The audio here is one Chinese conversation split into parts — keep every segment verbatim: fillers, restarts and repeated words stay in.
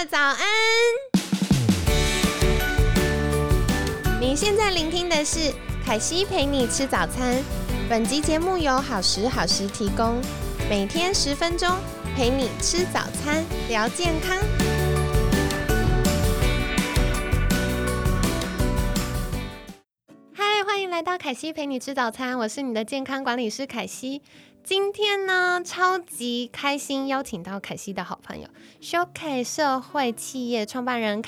的早安。你现在聆听的是凯西陪你吃早餐。本集节目由好时好时提供，每天十分钟，陪你吃早餐，聊健康。嗨，欢迎来到凯西陪你吃早餐，我是你的健康管理师凯西。今天呢，超级开心，邀请到凯西的好朋友 Showcase 社会企业创办人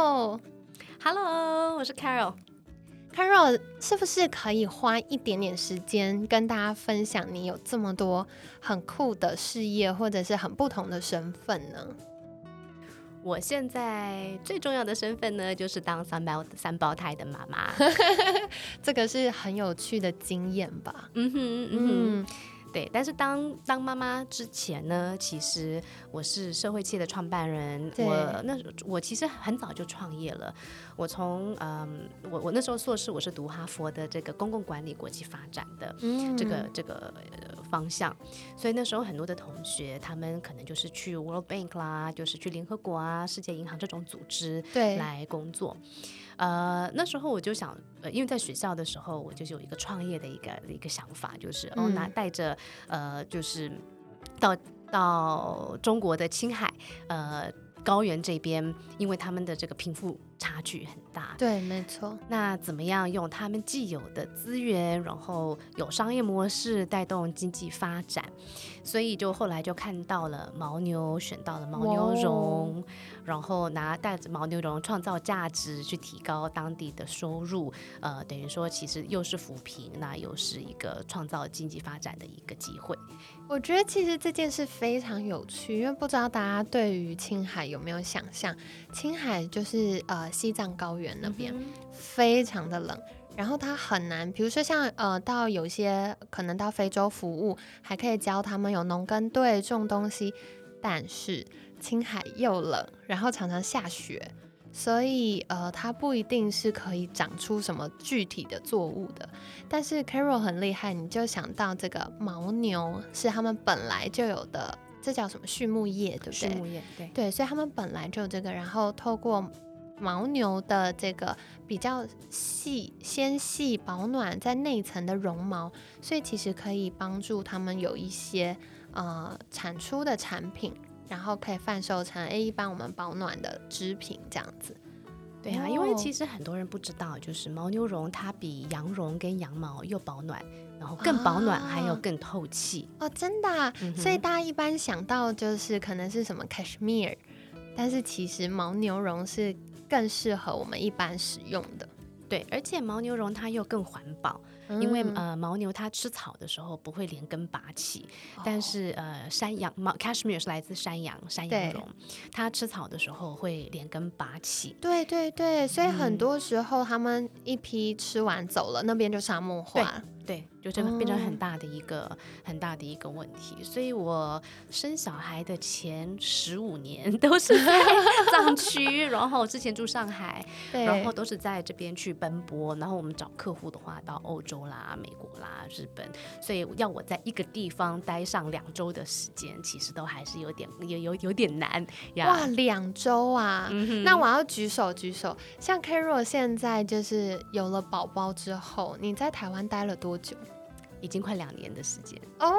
Carol。Hello， 我是 Carol。 Carol， 是不是可以花一点点时间跟大家分享你有这么多很酷的事业，或者是很不同的身份呢？ 我现在最重要的身份呢，就是当三胞三胞胎的妈妈。 这个是很有趣的经验吧？ 嗯哼嗯哼。嗯对，但是当当妈妈之前呢，其实我是社会企业的创办人。我那我其实很早就创业了。我从嗯，我我那时候硕士我是读哈佛的这个公共管理国际发展的这个、嗯、这个、呃、方向，所以那时候很多的同学他们可能就是去 World Bank 啦，就是去联合国啊、世界银行这种组织来工作。呃，那时候我就想，呃，因为在学校的时候，我就是有一个创业的一个一个想法，就是、嗯、哦，拿带着呃，就是到到中国的青海，呃，高原这边，因为他们的这个贫富差距很大， 对，没错。 那怎么样用他们既有的资源，然后有商业模式带动经济发展？所以就后来就看到了牦牛，选到了牦牛绒。Wow.然后拿带着牦牛绒创造价值，去提高当地的收入，呃，等于说其实又是扶贫，那又是一个创造经济发展的一个机会。 我觉得其实这件事非常有趣，因为不知道大家对于青海有没有想象，青海就是呃西藏高原那边、嗯、非常的冷。然后它很难，比如说像呃，到有些可能到非洲服务，还可以教他们有农耕队种东西，但是青海又冷，然后常常下雪，所以呃，它不一定是可以长出什么具体的作物的。但是 Carol 很厉害，你就想到这个牦牛是他们本来就有的，这叫什么畜牧业，对不对？ 畜牧业，对对，所以他们本来就有这个，然后透过牦牛的这个比较细、纤细、保暖在内层的绒毛，所以其实可以帮助他们有一些呃产出的产品。然后可以贩售成一般我们保暖的织品这样子。 对啊，因为其实很多人不知道，就是牦牛绒它比羊绒跟羊毛又保暖，然后更保暖、啊、还有更透气哦，真的、啊嗯、所以大家一般想到就是可能是什么 cashmere， 但是其实牦牛绒是更适合我们一般使用的。 对，而且牦牛绒它又更环保，嗯、因为呃牦牛它吃草的时候不会连根拔起，哦、但是呃山羊 cashmere 是来自山羊山羊绒，它吃草的时候会连根拔起。 对对对，所以很多时候他们一批吃完走了，那边就沙漠化。 对，就这个变成很大的一个、哦、很大的一个问题，所以我生小孩的前十五年都是在藏区，然后之前住上海，然后都是在这边去奔波，然后我们找客户的话到欧洲啦、美国啦、日本，所以要我在一个地方待上两周的时间，其实都还是有点有有有点难呀。 哇，两周啊、嗯！那我要举手举手，像 Carol 现在就是有了宝宝之后，你在台湾待了多久？ 已经快两年的时间。 Oh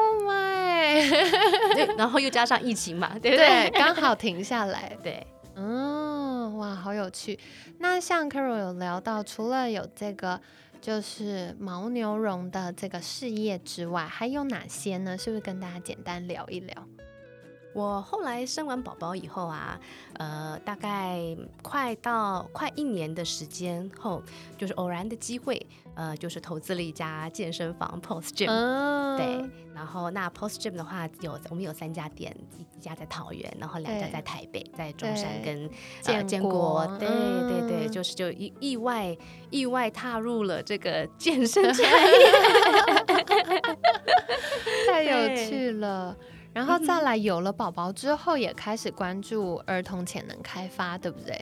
my 对，然后又加上疫情嘛，对不对？ 刚好停下来。 对， 嗯，哇，好有趣。那像 Carol 有聊到，除了有这个就是牦牛绒的这个事业之外，还有哪些呢？是不是跟大家简单聊一聊？ 我后来生完宝宝以后啊，呃，大概快到快一年的时间后，就是偶然的机会，呃，就是投资了一家健身房 Post Gym、嗯、对，然后那 Post Gym 的话有我们有三家店，一家在桃园，然后两家在台北，在中山跟呃建国，对对对，就是就意意外意外踏入了这个健身产业， 太有趣了。然后再来有了宝宝之后，也开始关注儿童潜能开发，对不对？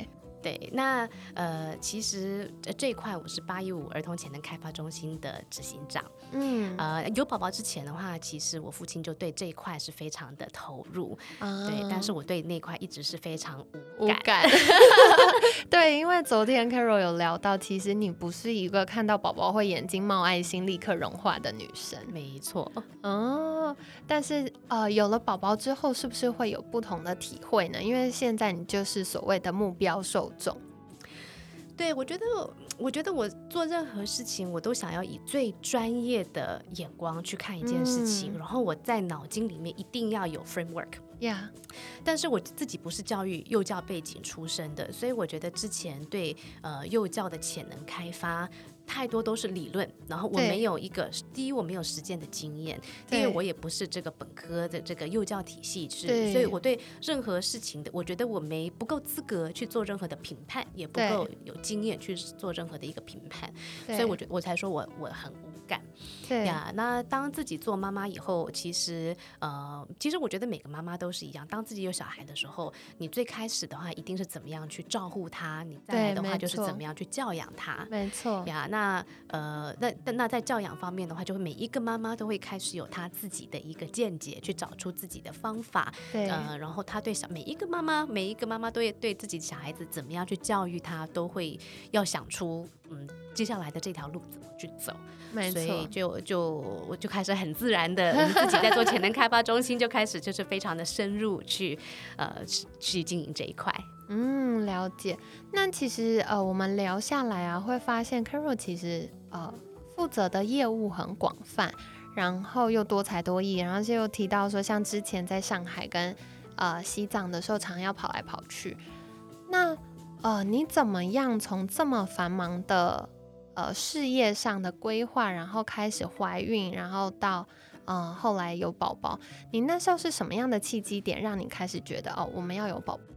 对，那呃，其实这一块我是八一五儿童潜能开发中心的执行长。嗯，呃，有宝宝之前的话，其实我父亲就对这一块是非常的投入，啊、对，但是我对那块一直是非常无感。 无感对，因为昨天 Carol 有聊到，其实你不是一个看到宝宝会眼睛冒爱心、立刻融化的女生。 没错。 哦，但是呃，有了宝宝之后，是不是会有不同的体会呢？因为现在你就是所谓的目标受众。 对，我觉得，我觉得我做任何事情，我都想要以最专业的眼光去看一件事情，嗯、然后我在脑筋里面一定要有 framework。Yeah. 但是我自己不是教育幼教背景出身的，所以我觉得之前对呃幼教的潜能开发太多都是理论，然后我没有一个第一我没有实践的经验，第二我也不是这个本科的这个幼教体系，是所以我对任何事情的，我觉得我没不够资格去做任何的评判，也不够有经验去做任何的一个评判，所以我觉得我才说我我很无感。对呀，那当自己做妈妈以后，其实呃，其实我觉得每个妈妈都是一样。当自己有小孩的时候，你最开始的话，一定是怎么样去照顾他；你再来的话，就是怎么样去教养他。 没错呀，那呃，那那在教养方面的话，就会每一个妈妈都会开始有她自己的一个见解，去找出自己的方法。对，呃，然后她对小每一个妈妈，每一个妈妈都会对自己小孩子怎么样去教育他，都会要想出嗯接下来的这条路怎么去走。 没错， 所以就就我就开始很自然的，我们自己在做潜能开发中心就开始就是非常的深入去呃去经营这一块。 嗯，了解。那其实呃我们聊下来啊，会发现 Carol 其实呃负责的业务很广泛，然后又多才多艺，然后就又提到说像之前在上海跟呃西藏的时候常要跑来跑去。那呃你怎么样从这么繁忙的呃，事业上的规划，然后开始怀孕，然后到呃后来有宝宝，你那时候是什么样的契机点让你开始觉得哦，我们要有宝宝？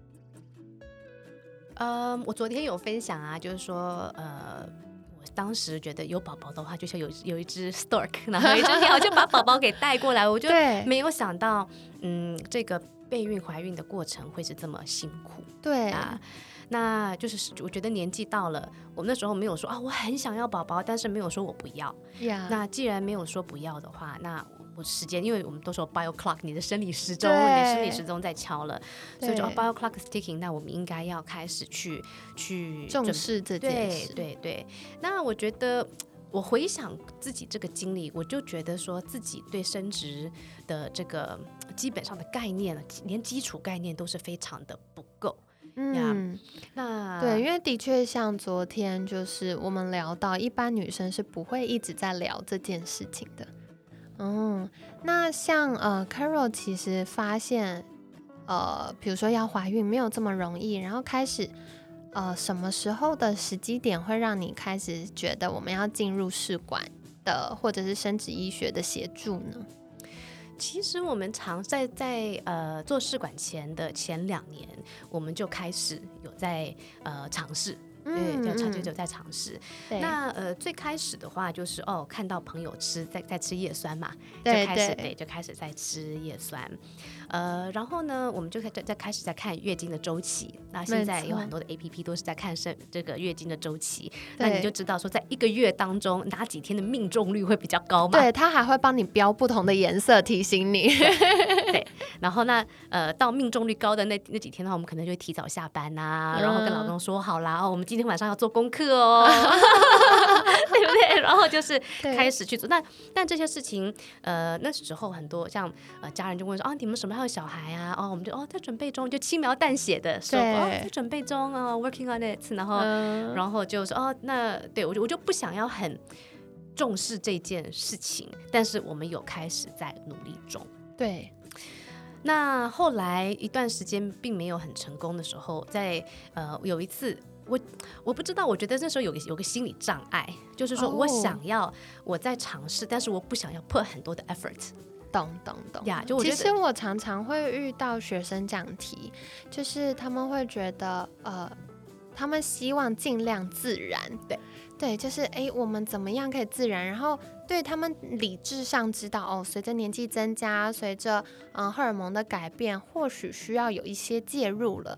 呃，我昨天有分享啊，就是说呃。当时觉得有宝宝的话，就像有有一只 stork， 然后有一只鸟就把宝宝给带过来，我就没有想到，嗯，这个备孕怀孕的过程会是这么辛苦。 对啊，那就是我觉得年纪到了，我那时候没有说啊，我很想要宝宝，但是没有说我不要。Yeah. 那既然没有说不要的话，那我时间，因为我们都说 bio clock， 你的生理时钟，你的生理时钟在敲了，所以就、哦、bio clock is ticking， 那我们应该要开始去去重视这件事。 对对对，那我觉得。我回想自己这个经历，我就觉得说自己对生殖的这个基本上的概念，连基础概念都是非常的不够。嗯， 那对，因为的确像昨天就是我们聊到，一般女生是不会一直在聊这件事情的。嗯，那像呃 Carol 其实发现，呃，比如说要怀孕没有这么容易，然后开始。呃，什么时候的时机点会让你开始觉得我们要进入试管的或者是生殖医学的协助呢？ 其实我们常在在呃做试管前的前两年，我们就开始有在呃尝试。对，就长久久在尝试。那呃，最开始的话就是哦，看到朋友吃在在吃叶酸嘛，就开始对，就开始在吃叶酸。呃，然后呢，我们就在在开始在看月经的周期。那现在有很多的 A P P 都是在看生这个月经的周期，那你就知道说，在一个月当中哪几天的命中率会比较高嘛？ 对，它还会帮你标不同的颜色提醒你。 对，对然后那呃，到命中率高的那那几天的话，我们可能就会提早下班啊，然后跟老公说好啦，哦，我们今天晚上要做功课哦，对不对？然后就是开始去做。那但这些事情，呃，那时候很多像呃家人就问说啊，你们什么时候有小孩啊？哦，我们就哦在准备中，就轻描淡写的说哦在准备中啊、哦、，working on it， 然后、嗯、然后就说哦那对我就我就不想要很重视这件事情，但是我们有开始在努力中。 对。 那后来一段时间并没有很成功的时候，在呃有一次我我不知道，我觉得那时候有个有个心理障碍，就是说我想要、oh. 我在尝试，但是我不想要 put 很多的 effort。 懂懂懂呀，就我觉得其实我常常会遇到学生这样提，就是他们会觉得呃，他们希望尽量自然， 对对，就是哎，我们怎么样可以自然？然后对他们理智上知道哦，随着年纪增加，随着嗯、呃、荷尔蒙的改变，或许需要有一些介入了。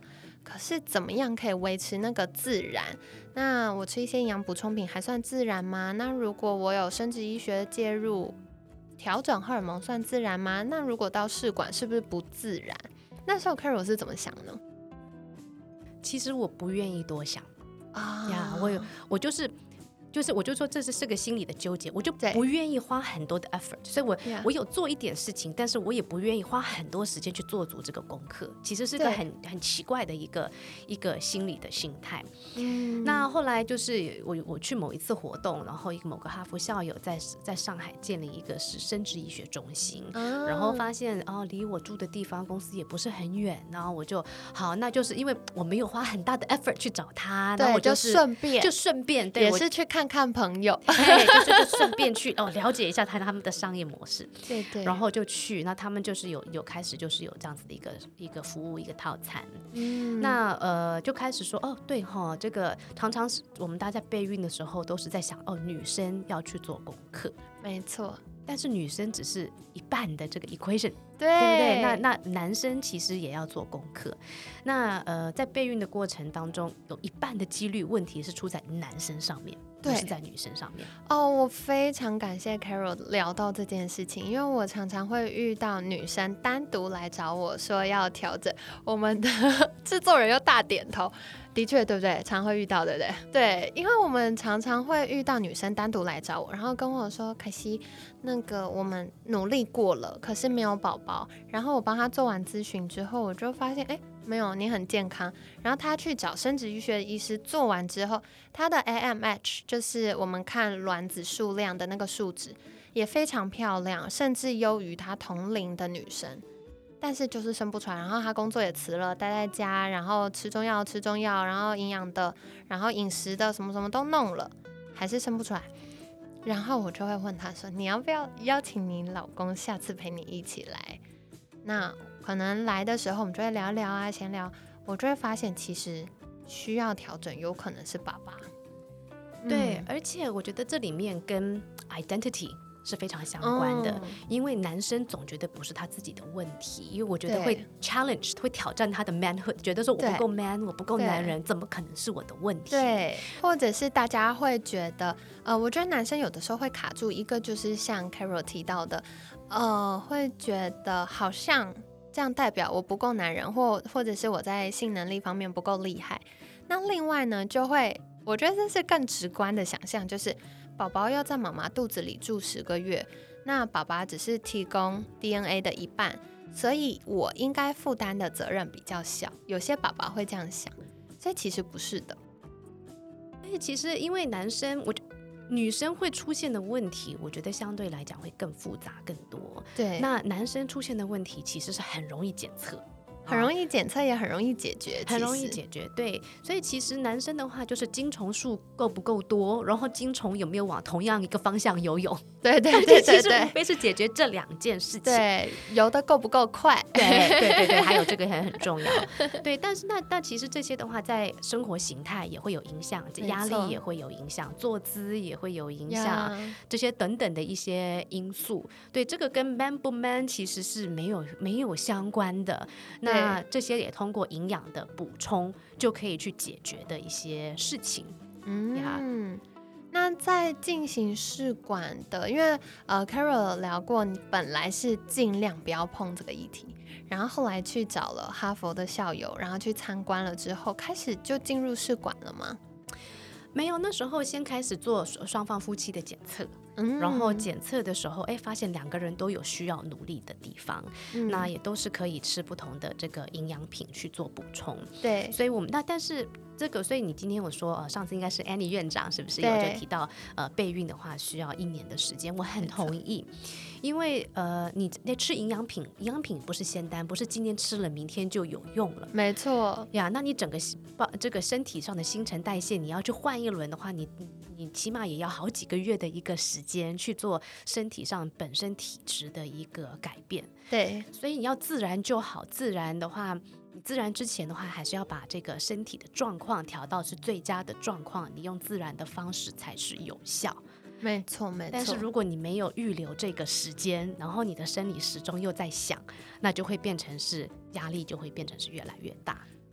可是怎么样可以维持那个自然？那我吃一些营养补充品还算自然吗？那如果我有生殖医学介入调整荷尔蒙算自然吗？那如果到试管是不是不自然？那时候 Carol 是怎么想呢？ 其实我不愿意多想啊呀，我有我就是就是我就说这是是个心理的纠结，我就对不愿意花很多的 effort， 所以我 Yeah 我有做一点事情，但是我也不愿意花很多时间去做足这个功课，其实是个对很很奇怪的一个一个心理的心态。 嗯那后来就是我我去某一次活动，然后一个某个哈佛校友在在上海建立一个是生殖医学中心， 啊然后发现哦离我住的地方公司也不是很远，然后我就好，那就是因为我没有花很大的 effort 去找他，然后对， 我就是顺便就顺便对我也是去看看朋友， 哎，就是就顺便去哦了解一下他他们的商业模式， 对对， 然后就去，那他们就是有有开始就是有这样子的一个一个服务一个套餐， 嗯那呃就开始说哦对哈，这个常常是我们大家在备孕的时候都是在想哦女生要去做功课， 没错， 但是女生只是一半的这个 equation， 对对不对？那那男生其实也要做功课。那呃，在备孕的过程当中，有一半的几率问题是出在男生上面，不对是在女生上面。 哦，我非常感谢 Carol 聊到这件事情，因为我常常会遇到女生单独来找我说要调整，我们的制作人又大点头。的确，对不对？常会遇到，对不对？对，因为我们常常会遇到女生单独来找我，然后跟我说：“凯西，那个我们努力过了，可是没有宝宝。”然后我帮她做完咨询之后，我就发现，哎，没有，你很健康。然后她去找生殖医学的医师做完之后，她的 A M H 就是我们看卵子数量的那个数值也非常漂亮，甚至优于她同龄的女生。但是就是生不出来，然后他工作也辞了，待在家，然后吃中药吃中药，然后营养的，然后饮食的什么什么都弄了，还是生不出来。然后我就会问他说：“你要不要邀请你老公下次陪你一起来？”那可能来的时候我们就会聊聊啊，闲聊，我就会发现其实需要调整，有可能是爸爸。 对， 嗯而且我觉得这里面跟 identity是非常相关的， 哦因为男生总觉得不是他自己的问题，因为我觉得对会 challenge 会挑战他的 manhood， 觉得说我不够对 man， 我不够男人，怎么可能是我的问题？ 对，或者是大家会觉得，呃，我觉得男生有的时候会卡住一个，就是像 Carol 提到的，呃，会觉得好像这样代表我不够男人，或或者是我在性能力方面不够厉害。那另外呢，就会我觉得这是更直观的想象，就是宝宝要在妈妈肚子里住十个月，那爸爸只是提供 D N A 的一半，所以我应该负担的责任比较小。有些爸爸会这样想，所以其实不是的。 而且其实因为男生，我女生会出现的问题，我觉得相对来讲会更复杂更多。 对， 那男生出现的问题其实是很容易检测。 很容易检测，也很容易解决， 很容易解决。对，所以其实男生的话，就是精虫数够不够多，然后精虫有没有往同样一个方向游泳。 对对对对其实无对非是解决这两件事情。 对，游得够不够快？ 对对对对，还有这个也很重要。对，但是那但其实这些的话，在生活形态也会有影响，压力也会有影响，坐姿也会有影响，这些等等的一些因素。对，这个跟 man 不 man 其实是没有没有相关的。那这些也通过营养的补充就可以去解决的一些事情。 嗯。那在进行试管的，因为呃 Carol 聊过，你本来是尽量不要碰这个议题，然后后来去找了哈佛的校友，然后去参观了之后，开始就进入试管了吗？ 没有，那时候先开始做双方夫妻的检测。 嗯、 然后检测的时候，哎，发现两个人都有需要努力的地方，嗯、那也都是可以吃不同的这个营养品去做补充。 对， 所以我们那但是这个，所以你今天我说，呃，上次应该是 Annie 院长是不是有就提到，呃，备孕的话需要一年的时间，我很同意，因为呃，你在吃营养品，营养品不是仙丹，不是今天吃了明天就有用了， 没错呀。那你整个这个身体上的新陈代谢，你要去换一轮的话，你你起码也要好几个月的一个时间。去做身体上本身体质的一个改变， 对， 所以你要自然就好。自然的话，你自然之前的话，还是要把这个身体的状况调到是最佳的状况，你用自然的方式才是有效。 没错没错。 但是如果你没有预留这个时间，然后你的生理时钟又在响，那就会变成是压力就会变成是越来越大。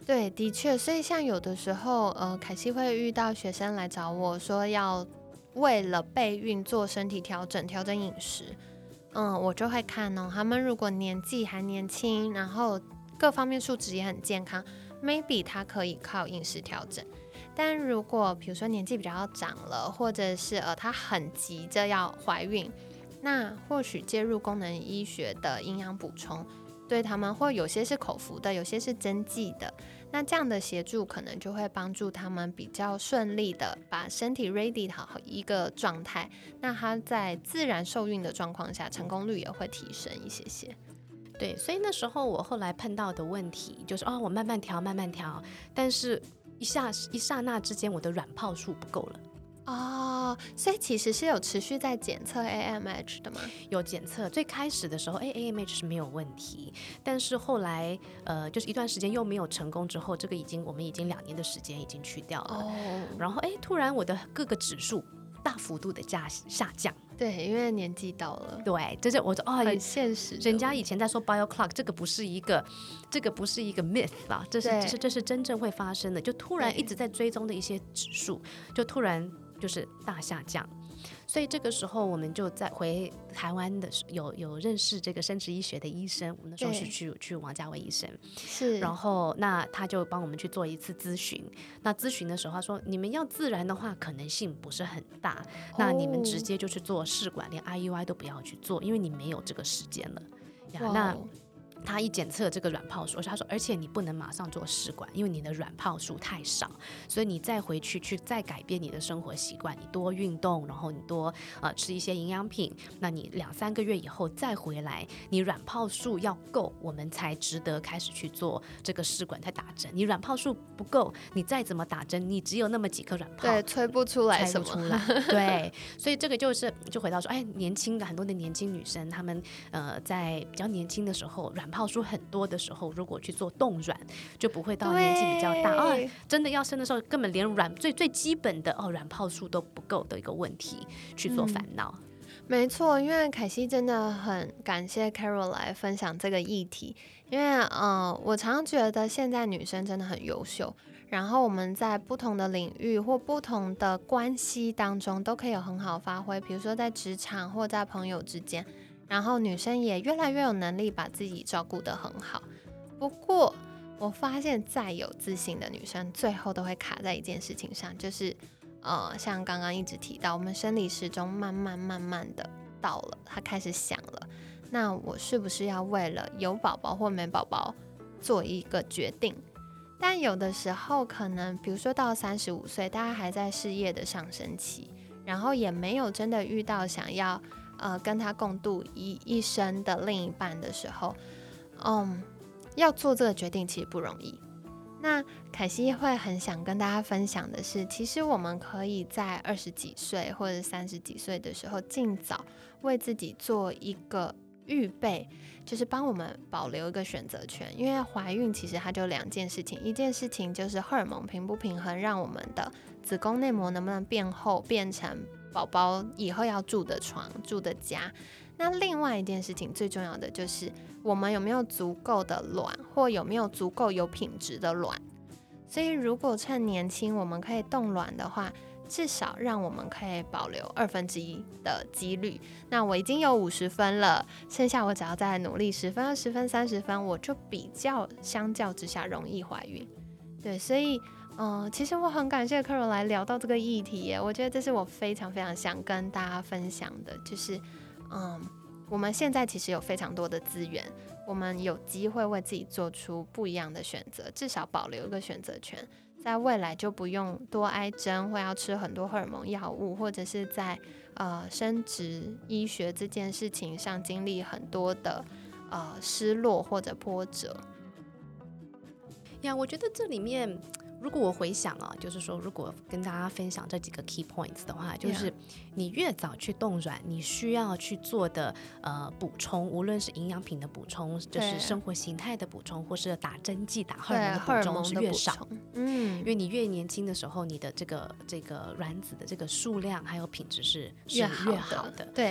对，的确，所以像有的时候，呃，凯西会遇到学生来找我说要为了备孕做身体调整，调整饮食，嗯，我就会看哦，他们如果年纪还年轻，然后各方面数值也很健康 ，maybe 他可以靠饮食调整。但如果比如说年纪比较长了，或者是呃他很急着要怀孕，那或许介入功能医学的营养补充，对他们或有些是口服的，有些是针剂的。那这样的协助可能就会帮助他们比较顺利的把身体 ready 好一个状态，那他在自然受孕的状况下，成功率也会提升一些些。 对，所以那时候我后来碰到的问题就是哦，我慢慢调，慢慢调，但是一下一刹那之间，我的卵泡数不够了。 哦，所以其实是有持续在检测 A M H 的吗？ 有检测，最开始的时候，哎 ，A M H 是没有问题，但是后来，呃，就是一段时间又没有成功之后，这个已经我们已经两年的时间已经去掉了。哦，然后哎，突然我的各个指数大幅度的下下降。 对，因为年纪到了。 对，这是我哦， 很现实。 人家以前在说 bio clock， 这个不是一个，这个不是一个 myth 啦，这是这是这是真正会发生的。就突然一直在追踪的一些指数，就突然就是大下降。所以这个时候我们就在回台湾的有有认识这个生殖医学的医生，我们那时候是去去王家卫医生， 是， 然后那他就帮我们去做一次咨询。那咨询的时候他说，你们要自然的话可能性不是很大，哦，那你们直接就去做试管，连 I U I 都不要去做，因为你没有这个时间了呀。那他一检测这个卵泡数，他说，而且你不能马上做试管，因为你的卵泡数太少，所以你再回去去再改变你的生活习惯，你多运动，然后你多呃吃一些营养品，那你两三个月以后再回来，你卵泡数要够，我们才值得开始去做这个试管再打针。你卵泡数不够，你再怎么打针，你只有那么几颗卵泡， 对，催不出来什么， 催不出来。对，所以这个就是就回到说，哎，年轻的很多的年轻女生，她们呃在比较年轻的时候，卵泡数很多的时候，如果去做冻卵，就不会到年纪比较大，哦，真的要生的时候，根本连卵最最基本的哦卵泡数都不够的一个问题去做烦恼。 嗯，没错，因为凯西真的很感谢 Carol 来分享这个议题，因为呃，我常常觉得现在女生真的很优秀，然后我们在不同的领域或不同的关系当中都可以有很好发挥，比如说在职场或在朋友之间。然后女生也越来越有能力把自己照顾得很好。不过我发现再有自信的女生最后都会卡在一件事情上，就是呃，像刚刚一直提到，我们生理时钟慢慢慢慢的到了，它开始响了，那我是不是要为了有宝宝或没宝宝做一个决定？但有的时候可能比如说到三十五岁，大家还在事业的上升期，然后也没有真的遇到想要呃，跟他共度一一生的另一半的时候，嗯，要做这个决定其实不容易。那凯西会很想跟大家分享的是，其实我们可以在二十几岁或者三十几岁的时候，尽早为自己做一个预备，就是帮我们保留一个选择权。因为怀孕其实它就两件事情，一件事情就是荷尔蒙平不平衡，让我们的子宫内膜能不能变厚，变成宝宝以后要住的床、住的家。那另外一件事情最重要的就是我们有没有足够的卵，或有没有足够有品质的卵。所以如果趁年轻我们可以冻卵的话，至少让我们可以保留二分之一的几率。那我已经有五十分了，剩下我只要再努力十分、二十分、三十分，我就比较相较之下容易怀孕。对，所以嗯，其实我很感谢 Carol 来聊到这个议题耶，我觉得这是我非常非常想跟大家分享的，就是嗯，我们现在其实有非常多的资源，我们有机会为自己做出不一样的选择，至少保留一个选择权，在未来就不用多挨针，或要吃很多荷尔蒙药物，或者是在呃生殖医学这件事情上经历很多的呃失落或者波折。 呀，我觉得这里面如果我回想啊，就是说如果跟大家分享这几个 key points 的话，就是你越早去冻卵，你需要去做的呃补充，无论是营养品的补充，就是生活形态的补充，或是打针剂、打荷尔蒙的补充是越少。嗯，因为你越年轻的时候，你的这个这个卵子的这个数量还有品质是是越好的。 对。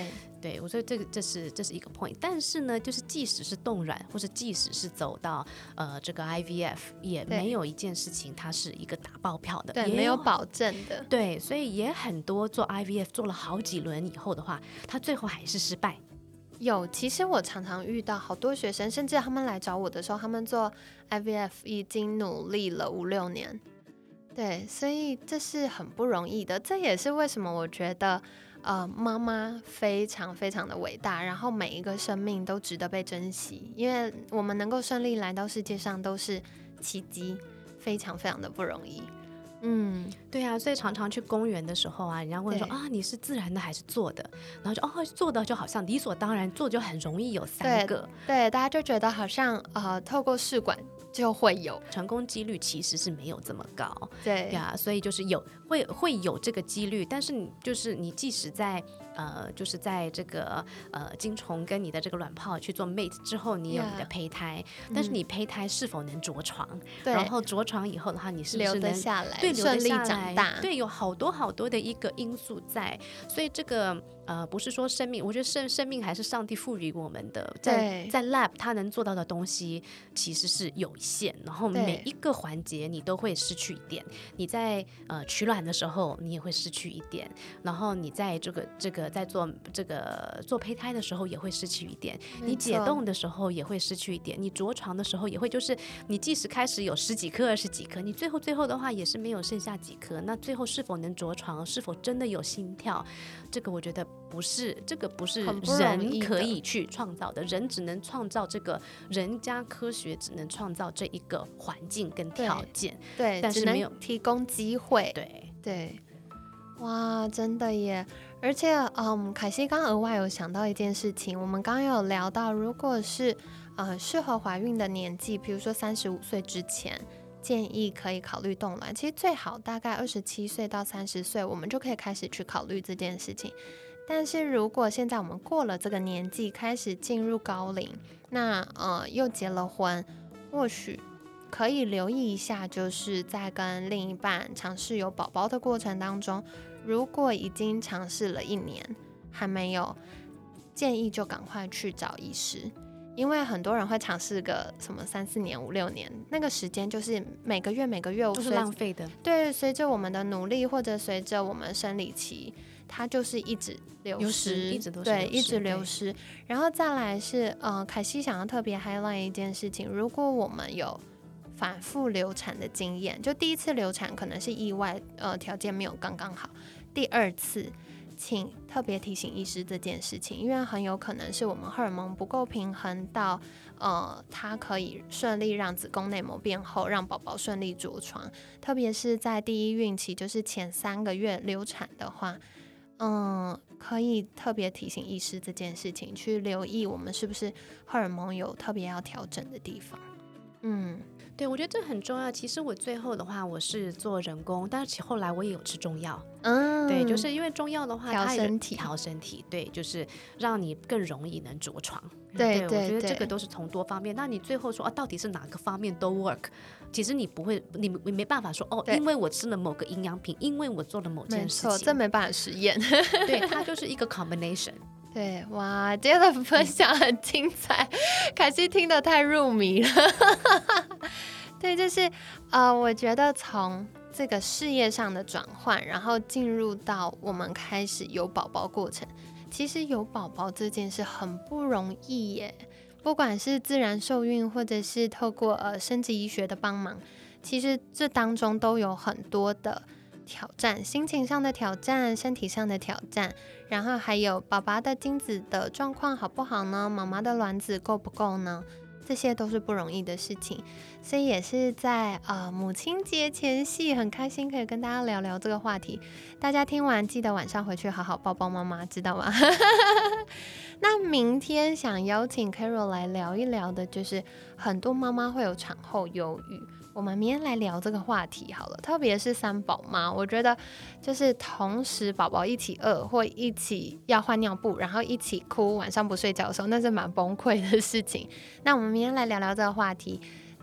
对，我说这个这是这是一个 point， 但是呢，就是即使是冻卵，或是即使是走到呃这个 I V F， 也没有一件事情它是一个打包票的， 对，没有保证的。 对，所以也很多做 I V F 做了好几轮以后的话，他最后还是失败。 有，其实我常常遇到好多学生，甚至他们来找我的时候，他们做 I V F 已经努力了五六年。对，所以这是很不容易的，这也是为什么我觉得呃，妈妈非常非常的伟大，然后每一个生命都值得被珍惜，因为我们能够顺利来到世界上都是奇迹，非常非常的不容易。嗯， 对啊，所以常常去公园的时候啊，人家问说啊，你是自然的还是做的？然后就哦，做的就好像理所当然，做就很容易有三个。 对，对大家就觉得好像呃，透过试管就会有成功几率，其实是没有这么高。 对呀，所以就是有会会有这个几率，但是你就是你即使在呃，就是在这个呃精虫跟你的这个卵泡去做 mate 之后，你有你的胚胎， yeah, 但是你胚胎是否能着床？嗯、然后着床以后的话，你是不是能留得下来？ 对， 顺利长大？ 对，有好多好多的一个因素在，所以这个呃不是说生命，我觉得生生命还是上帝赋予我们的，在在 lab 它能做到的东西其实是有限，然后每一个环节你都会失去一点。你在呃取卵的时候，你也会失去一点，然后你在这个这个在做这个做胚胎的时候也会失去一点，你解冻的时候也会失去一点，你着床的时候也会，就是你即使开始有十几颗二十几颗，你最后最后的话也是没有剩下几颗，那最后是否能着床，是否真的有心跳，这个我觉得不是这个不是人可以去创造的，人只能创造这个，人家科学只能创造这一个环境跟条件， 对， 但是没有提供机会， 对对，哇，真的耶！而且，嗯，凯西刚额外有想到一件事情，我们刚刚有聊到，如果是呃适合怀孕的年纪，比如说三十五岁之前，建议可以考虑冻卵。其实最好大概二十七岁到三十岁，我们就可以开始去考虑这件事情。但是如果现在我们过了这个年纪，开始进入高龄，那呃又结了婚，或许可以留意一下，就是在跟另一半尝试有宝宝的过程当中，如果已经尝试了一年还没有，建议就赶快去找医师，因为很多人会尝试个什么三四年五六年，那个时间就是每个月每个月都是浪费的。 对，随着我们的努力或者随着我们生理期，它就是一直流失， 一直都是对，一直流失。然后再来是呃，凯西想要特别 highlight 一件事情，如果我们有反复流产的经验，就第一次流产可能是意外，呃，条件没有刚刚好，第二次请特别提醒医师这件事情，因为很有可能是我们荷尔蒙不够平衡到呃，它可以顺利让子宫内膜变厚，让宝宝顺利着床，特别是在第一孕期，就是前三个月流产的话，嗯，可以特别提醒医师这件事情，去留意我们是不是荷尔蒙有特别要调整的地方。嗯， 对，我觉得这很重要。其实我最后的话，我是做人工，但是后来我也有吃中药。 嗯， 对，就是因为中药的话， 调身体， 调身体，对，就是让你更容易能着床。 对对, 对， 我觉得这个都是从多方面。那你最后说啊，到底是哪个方面都 work？ 其实你不会，你你没办法说哦，因为我吃了某个营养品，因为我做了某件事情， 没错，这没办法实验。 对，它就是一个 combination。 对，哇，今天的分享很精彩，凯西听得太入迷了。对，就是呃，我觉得从这个事业上的转换，然后进入到我们开始有宝宝过程，其实有宝宝这件事很不容易耶。不管是自然受孕，或者是透过呃生殖医学的帮忙，其实这当中都有很多的挑战，心情上的挑战，身体上的挑战，然后还有爸爸的精子的状况好不好呢？妈妈的卵子够不够呢？这些都是不容易的事情，所以也是在呃母亲节前夕，很开心可以跟大家聊聊这个话题。大家听完记得晚上回去好好抱抱妈妈，知道吗？那明天想邀请 Carol 来聊一聊的，就是很多妈妈会有产后忧郁。我们明天来聊这个话题好了，特别是三宝妈，我觉得就是同时宝宝一起饿或一起要换尿布，然后一起哭，晚上不睡觉的时候，那是蛮崩溃的事情。那我们明天来聊聊这个话题。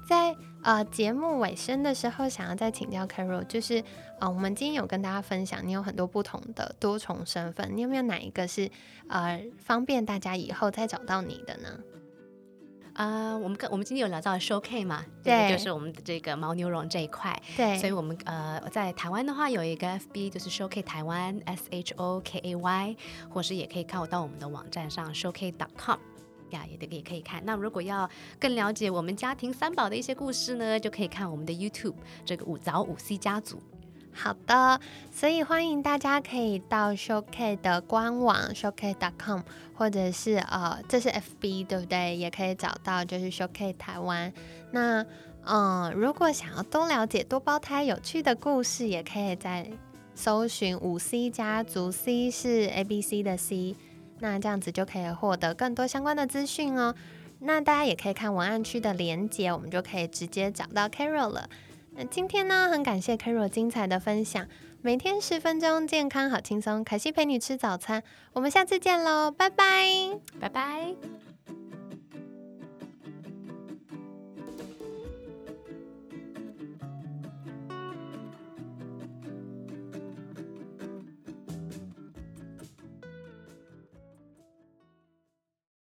在呃节目尾声的时候，想要再请教 Carol， 就是呃我们今天有跟大家分享，你有很多不同的多重身份，你有没有哪一个是呃方便大家以后再找到你的呢？ 呃，我们跟我们今天有聊到 Showcase 嘛， 对， 就是我们的这个牦牛绒这一块， 对， 所以我们呃在台湾的话有一个 F B 就是 Showcase 台湾 S H O K A Y， 或是也可以看到我们的网站上 showcase dot com。呀，也也可以看。那如果要更了解我们家庭三宝的一些故事呢，就可以看我们的 YouTube 这个五早五 C 家族。 好的，所以欢迎大家可以到 Showcase 的官网 showcase dot com， 或者是呃，这是 F B 对不对？也可以找到就是 Showcase 台湾。那嗯、呃，如果想要多了解多胞胎有趣的故事，也可以在搜寻五 C 家族 ，C 是 A B C 的 C。那这样子就可以获得更多相关的资讯哦。那大家也可以看文案区的连结，我们就可以直接找到 Carol 了。那今天呢，很感谢 Carol 精彩的分享，每天十分钟，健康好轻松，凯西陪你吃早餐，我们下次见喽，拜拜， 拜拜。